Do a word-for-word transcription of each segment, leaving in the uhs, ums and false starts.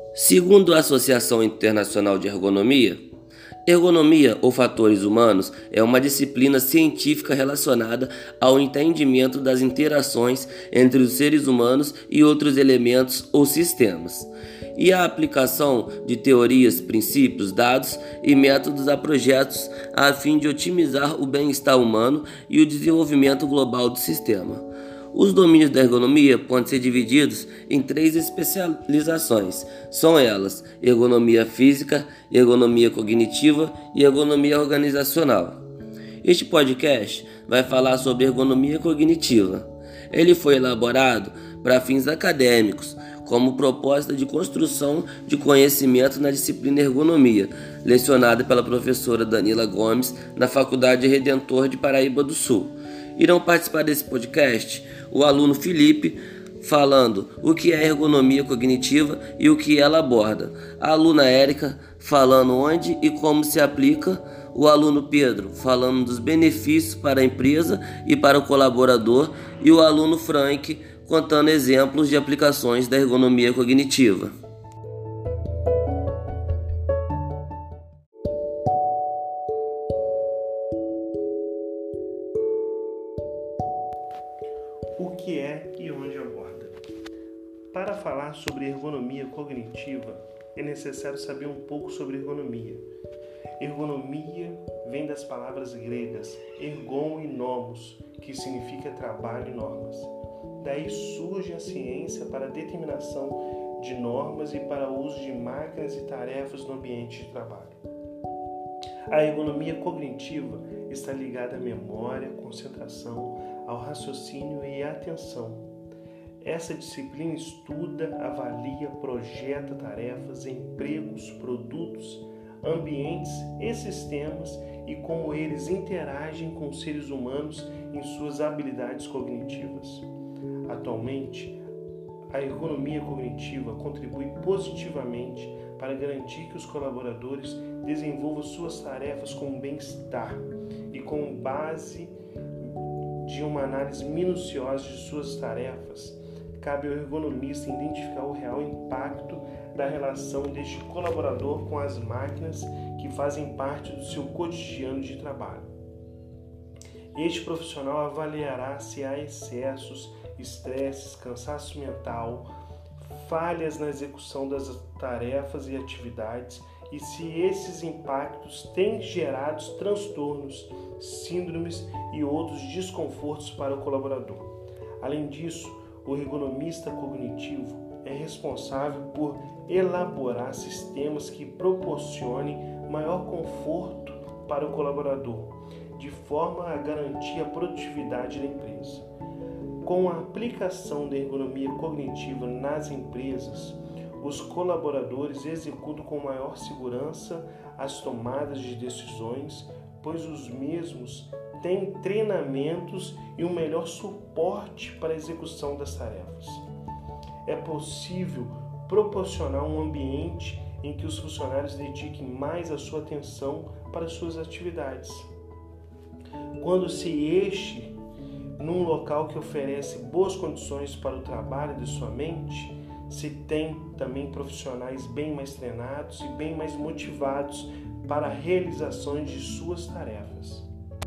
Segundo a Associação Internacional de Ergonomia, ergonomia ou fatores humanos é uma disciplina científica relacionada ao entendimento das interações entre os seres humanos e outros elementos ou sistemas, e a aplicação de teorias, princípios, dados e métodos a projetos a fim de otimizar o bem-estar humano e o desenvolvimento global do sistema. Os domínios da ergonomia podem ser divididos em três especializações. São elas: ergonomia física, ergonomia cognitiva e ergonomia organizacional. Este podcast vai falar sobre ergonomia cognitiva. Ele foi elaborado para fins acadêmicos, como proposta de construção de conhecimento na disciplina ergonomia, lecionada pela professora Danila Gomes na Faculdade Redentor de Paraíba do Sul. Irão participar desse podcast o aluno Felipe, falando o que é ergonomia cognitiva e o que ela aborda, a aluna Érica, falando onde e como se aplica, o aluno Pedro, falando dos benefícios para a empresa e para o colaborador, e o aluno Frank, contando exemplos de aplicações da ergonomia cognitiva. O que é e onde aborda? Para falar sobre ergonomia cognitiva, é necessário saber um pouco sobre ergonomia. Ergonomia vem das palavras gregas ergon e nomos, que significa trabalho e normas. Daí surge a ciência para a determinação de normas e para o uso de máquinas e tarefas no ambiente de trabalho. A ergonomia cognitiva está ligada à memória, concentração, ao raciocínio e à atenção. Essa disciplina estuda, avalia, projeta tarefas, empregos, produtos, ambientes e sistemas e como eles interagem com os seres humanos em suas habilidades cognitivas. Atualmente, a ergonomia cognitiva contribui positivamente para garantir que os colaboradores desenvolvam suas tarefas com bem-estar e com base de uma análise minuciosa de suas tarefas, cabe ao ergonomista identificar o real impacto da relação deste colaborador com as máquinas que fazem parte do seu cotidiano de trabalho. Este profissional avaliará se há excessos, estresses, cansaço mental, falhas na execução das tarefas e atividades e se esses impactos têm gerado transtornos, síndromes e outros desconfortos para o colaborador. Além disso, o ergonomista cognitivo é responsável por elaborar sistemas que proporcionem maior conforto para o colaborador, de forma a garantir a produtividade da empresa. Com a aplicação da ergonomia cognitiva nas empresas, os colaboradores executam com maior segurança as tomadas de decisões, pois os mesmos têm treinamentos e um melhor suporte para a execução das tarefas. É possível proporcionar um ambiente em que os funcionários dediquem mais a sua atenção para suas atividades. Quando se este num local que oferece boas condições para o trabalho de sua mente, se tem também profissionais bem mais treinados e bem mais motivados para a realização de suas tarefas.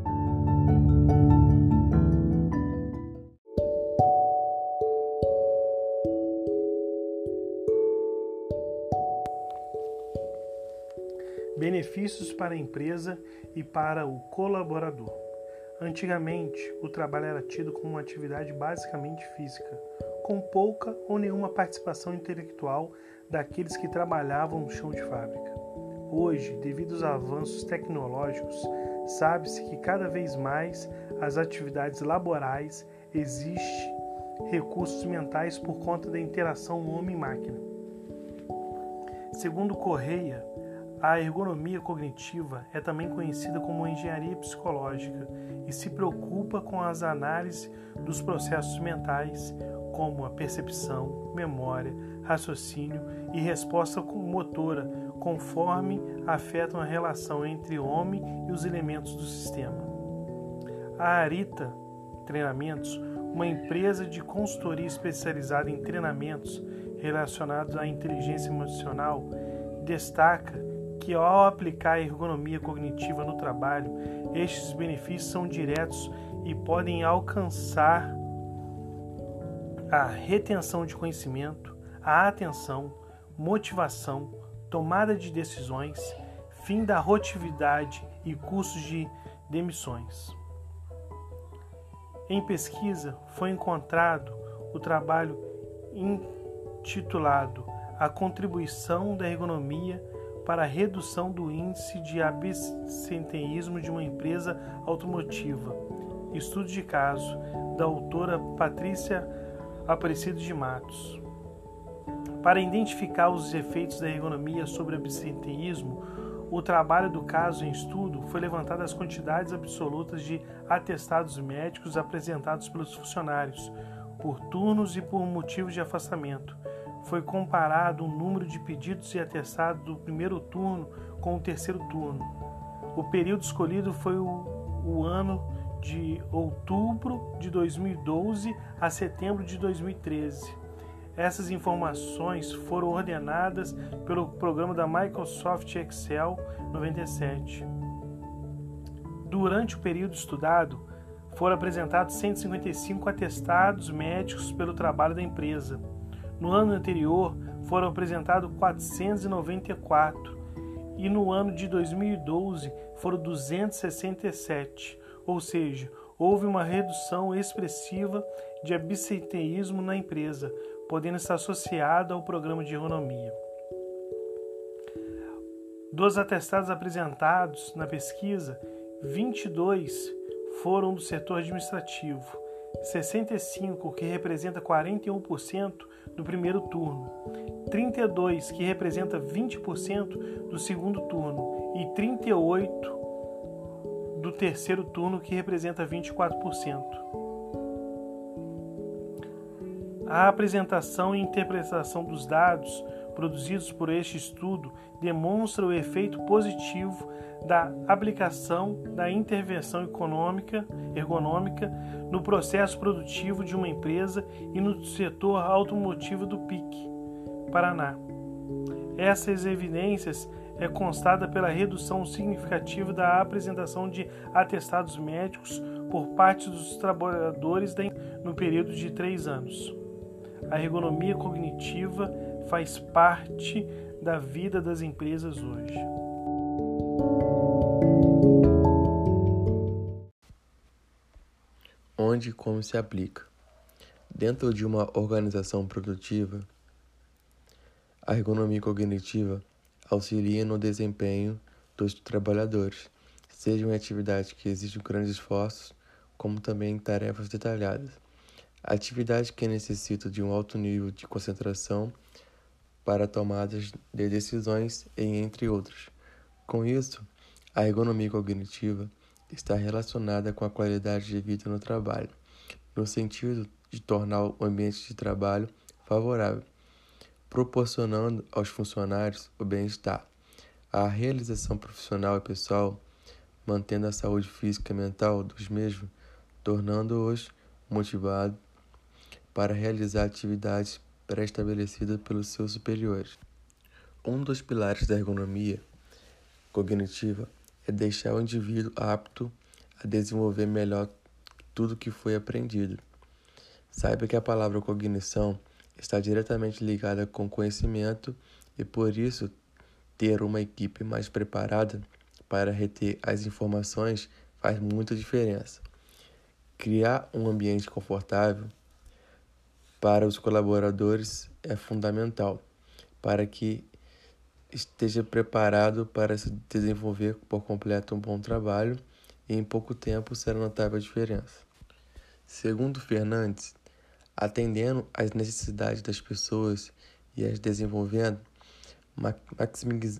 Benefícios para a empresa e para o colaborador. Antigamente, o trabalho era tido como uma atividade basicamente física, com pouca ou nenhuma participação intelectual daqueles que trabalhavam no chão de fábrica. Hoje, devido aos avanços tecnológicos, sabe-se que cada vez mais as atividades laborais existem recursos mentais por conta da interação homem-máquina. Segundo Correia, a ergonomia cognitiva é também conhecida como engenharia psicológica e se preocupa com as análises dos processos mentais, como a percepção, memória, raciocínio e resposta motora, conforme afetam a relação entre o homem e os elementos do sistema. A Arita Treinamentos, uma empresa de consultoria especializada em treinamentos, relacionados à inteligência emocional destaca que, ao aplicar a ergonomia cognitiva no trabalho, estes benefícios são diretos e podem alcançar a retenção de conhecimento, a atenção, motivação, tomada de decisões, fim da rotatividade e custos de demissões. Em pesquisa, foi encontrado o trabalho intitulado A Contribuição da Ergonomia para a Redução do Índice de Absenteísmo de uma Empresa Automotiva, estudo de caso, da autora Patrícia Aparecido de Matos. Para identificar os efeitos da ergonomia sobre o absenteísmo, o trabalho do caso em estudo foi levantado as quantidades absolutas de atestados médicos apresentados pelos funcionários, por turnos e por motivos de afastamento. Foi comparado o número de pedidos e atestados do primeiro turno com o terceiro turno. O período escolhido foi o, o ano de outubro de dois mil e doze a setembro de dois mil e treze. Essas informações foram ordenadas pelo programa da Microsoft Excel noventa e sete. Durante o período estudado, foram apresentados cento e cinquenta e cinco atestados médicos pelo trabalho da empresa. No ano anterior, foram apresentados quatrocentos e noventa e quatro e no ano de dois mil e doze foram duzentos e sessenta e sete, ou seja, houve uma redução expressiva de absenteísmo na empresa, podendo estar associada ao programa de ergonomia. Dos atestados apresentados na pesquisa, vinte e dois foram do setor administrativo, sessenta e cinco, que representa quarenta e um por cento do primeiro turno, trinta e dois, que representa vinte por cento do segundo turno, e trinta e oito do terceiro turno, que representa vinte e quatro por cento. A apresentação e interpretação dos dados produzidos por este estudo demonstra o efeito positivo da aplicação da intervenção econômica, ergonômica no processo produtivo de uma empresa e no setor automotivo do P I C, Paraná. Essas evidências é constada pela redução significativa da apresentação de atestados médicos por parte dos trabalhadores no período de três anos. A ergonomia cognitiva faz parte da vida das empresas hoje. Onde e como se aplica? Dentro de uma organização produtiva, a ergonomia cognitiva auxilia no desempenho dos trabalhadores, seja em atividades que exigem grandes esforços, como também em tarefas detalhadas. Atividades que necessitam de um alto nível de concentração para tomadas de decisões, e entre outras. Com isso, a ergonomia cognitiva está relacionada com a qualidade de vida no trabalho, no sentido de tornar o ambiente de trabalho favorável, proporcionando aos funcionários o bem-estar, a realização profissional e pessoal, mantendo a saúde física e mental dos mesmos, tornando-os motivados para realizar atividades pré-estabelecidas pelos seus superiores. Um dos pilares da ergonomia cognitiva é deixar o indivíduo apto a desenvolver melhor tudo que foi aprendido. Saiba que a palavra cognição está diretamente ligada com conhecimento e, por isso, ter uma equipe mais preparada para reter as informações faz muita diferença. Criar um ambiente confortável para os colaboradores é fundamental, para que esteja preparado para se desenvolver por completo um bom trabalho e em pouco tempo será notável a diferença. Segundo Fernandes, atendendo às necessidades das pessoas e as desenvolvendo, maximiz...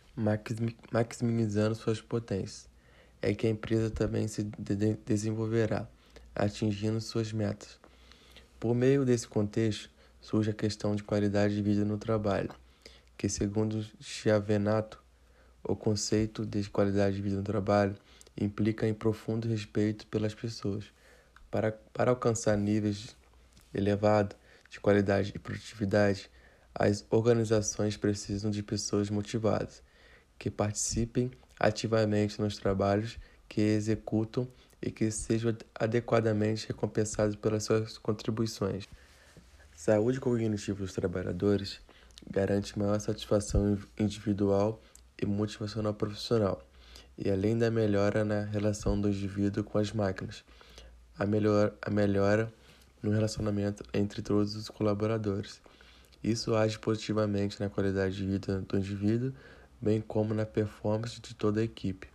maximizando suas potências, é que a empresa também se de- desenvolverá, atingindo suas metas. Por meio desse contexto, surge a questão de qualidade de vida no trabalho, que, segundo Chiavenato, o conceito de qualidade de vida no trabalho implica em profundo respeito pelas pessoas. Para, para alcançar níveis elevados de qualidade e produtividade, As organizações precisam de pessoas motivadas, que participem ativamente nos trabalhos que executam e que sejam adequadamente recompensados pelas suas contribuições. Saúde cognitiva dos trabalhadores garante maior satisfação individual e motivacional profissional, e além da melhora na relação do indivíduo com as máquinas, a melhora, a melhora no relacionamento entre todos os colaboradores. Isso age positivamente na qualidade de vida do indivíduo, bem como na performance de toda a equipe.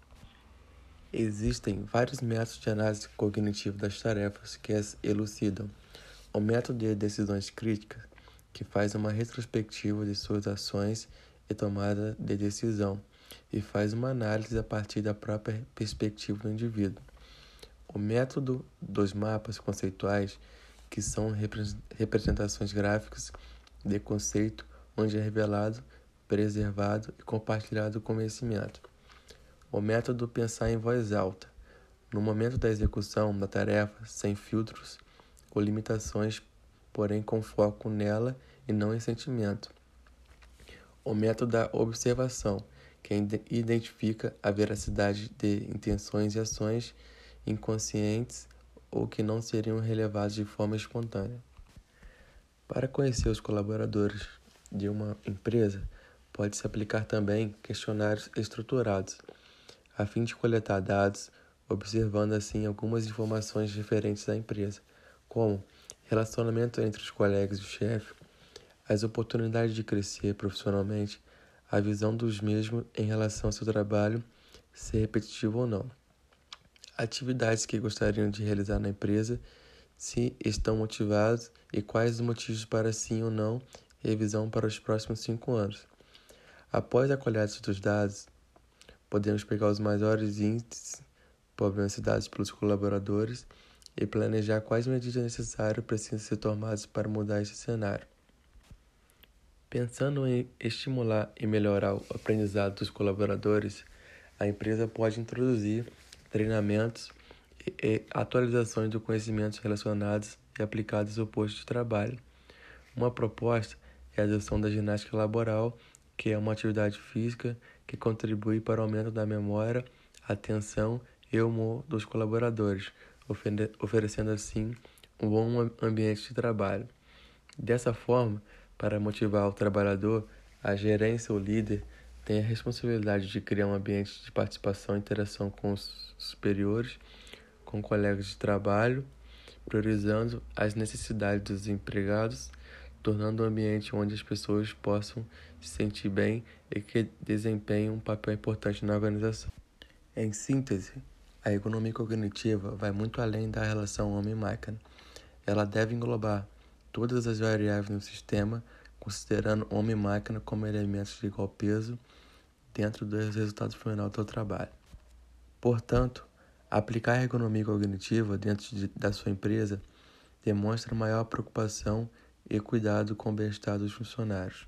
Existem vários métodos de análise cognitiva das tarefas que as elucidam. O método de decisões críticas, que faz uma retrospectiva de suas ações e tomada de decisão, e faz uma análise a partir da própria perspectiva do indivíduo. O método dos mapas conceituais, que são representações gráficas de conceito, onde é revelado, preservado e compartilhado o conhecimento. O método pensar em voz alta, no momento da execução da tarefa, sem filtros ou limitações, porém com foco nela e não em sentimento. O método da observação, que identifica a veracidade de intenções e ações inconscientes ou que não seriam relevadas de forma espontânea. Para conhecer os colaboradores de uma empresa, pode-se aplicar também questionários estruturados, a fim de coletar dados, observando assim algumas informações referentes à empresa, como relacionamento entre os colegas e o chefe, as oportunidades de crescer profissionalmente, a visão dos mesmos em relação ao seu trabalho, se é repetitivo ou não, atividades que gostariam de realizar na empresa, se estão motivados e quais os motivos para sim ou não, revisão para os próximos cinco anos. Após a coleta dos dados, podemos pegar os maiores índices problematizados pelos colaboradores e planejar quais medidas necessárias precisam ser tomadas para mudar esse cenário. Pensando em estimular e melhorar o aprendizado dos colaboradores, a empresa pode introduzir treinamentos e atualizações de conhecimentos relacionados e aplicados ao posto de trabalho. Uma proposta é a adoção da ginástica laboral, que é uma atividade física que contribui para o aumento da memória, atenção e humor dos colaboradores, ofere- oferecendo assim um bom ambiente de trabalho. Dessa forma, para motivar o trabalhador, a gerência ou líder tem a responsabilidade de criar um ambiente de participação e interação com os superiores, com colegas de trabalho, priorizando as necessidades dos empregados, tornando um ambiente onde as pessoas possam se sentir bem e que desempenhem um papel importante na organização. Em síntese, a ergonomia cognitiva vai muito além da relação homem-máquina. Ela deve englobar todas as variáveis no sistema, considerando homem e máquina como elementos de igual peso dentro dos resultados finais do trabalho. Portanto, aplicar a ergonomia cognitiva dentro de, da sua empresa demonstra maior preocupação e cuidado com o bem-estar dos funcionários.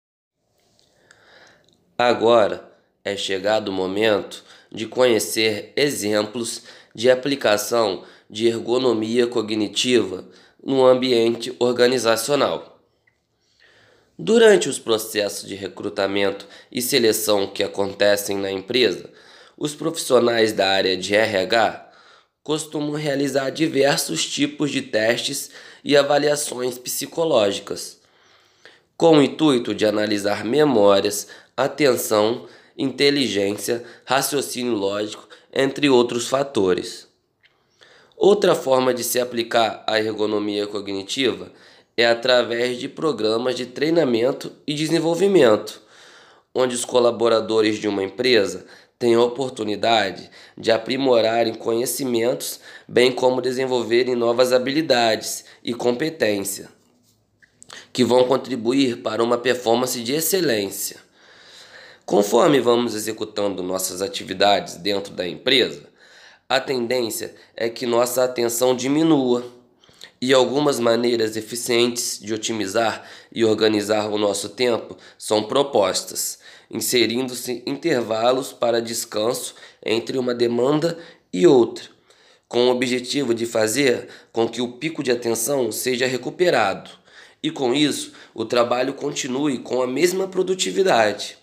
Agora é chegado o momento de conhecer exemplos de aplicação de ergonomia cognitiva no ambiente organizacional. Durante os processos de recrutamento e seleção que acontecem na empresa, os profissionais da área de R H costumam realizar diversos tipos de testes e avaliações psicológicas, com o intuito de analisar memórias, atenção, inteligência, raciocínio lógico, entre outros fatores. Outra forma de se aplicar a ergonomia cognitiva é através de programas de treinamento e desenvolvimento, onde os colaboradores de uma empresa têm a oportunidade de aprimorarem conhecimentos, bem como desenvolverem novas habilidades e competências, que vão contribuir para uma performance de excelência. Conforme vamos executando nossas atividades dentro da empresa, a tendência é que nossa atenção diminua, e algumas maneiras eficientes de otimizar e organizar o nosso tempo são propostas, inserindo-se intervalos para descanso entre uma demanda e outra, com o objetivo de fazer com que o pico de atenção seja recuperado e com isso o trabalho continue com a mesma produtividade.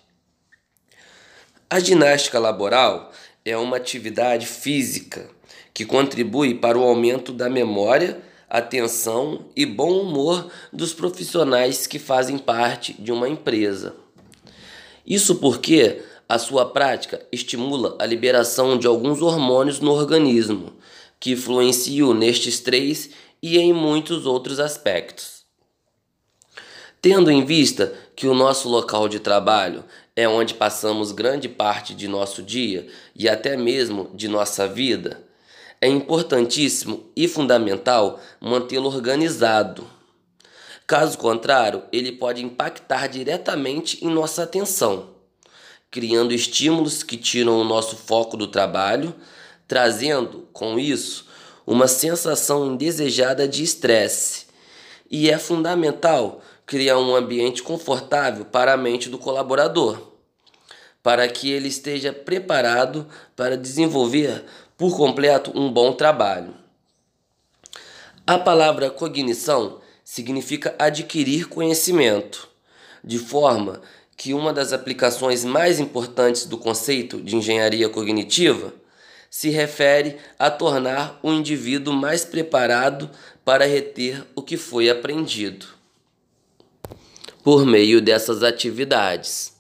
A ginástica laboral é uma atividade física que contribui para o aumento da memória, atenção e bom humor dos profissionais que fazem parte de uma empresa. Isso porque a sua prática estimula a liberação de alguns hormônios no organismo, que influenciam nestes três e em muitos outros aspectos. Tendo em vista que o nosso local de trabalho é onde passamos grande parte de nosso dia e até mesmo de nossa vida, é importantíssimo e fundamental mantê-lo organizado. Caso contrário, ele pode impactar diretamente em nossa atenção, criando estímulos que tiram o nosso foco do trabalho, trazendo, com isso, uma sensação indesejada de estresse. E é fundamental criar um ambiente confortável para a mente do colaborador, para que ele esteja preparado para desenvolver por completo um bom trabalho. A palavra cognição significa adquirir conhecimento, de forma que uma das aplicações mais importantes do conceito de engenharia cognitiva se refere a tornar o indivíduo mais preparado para reter o que foi aprendido por meio dessas atividades.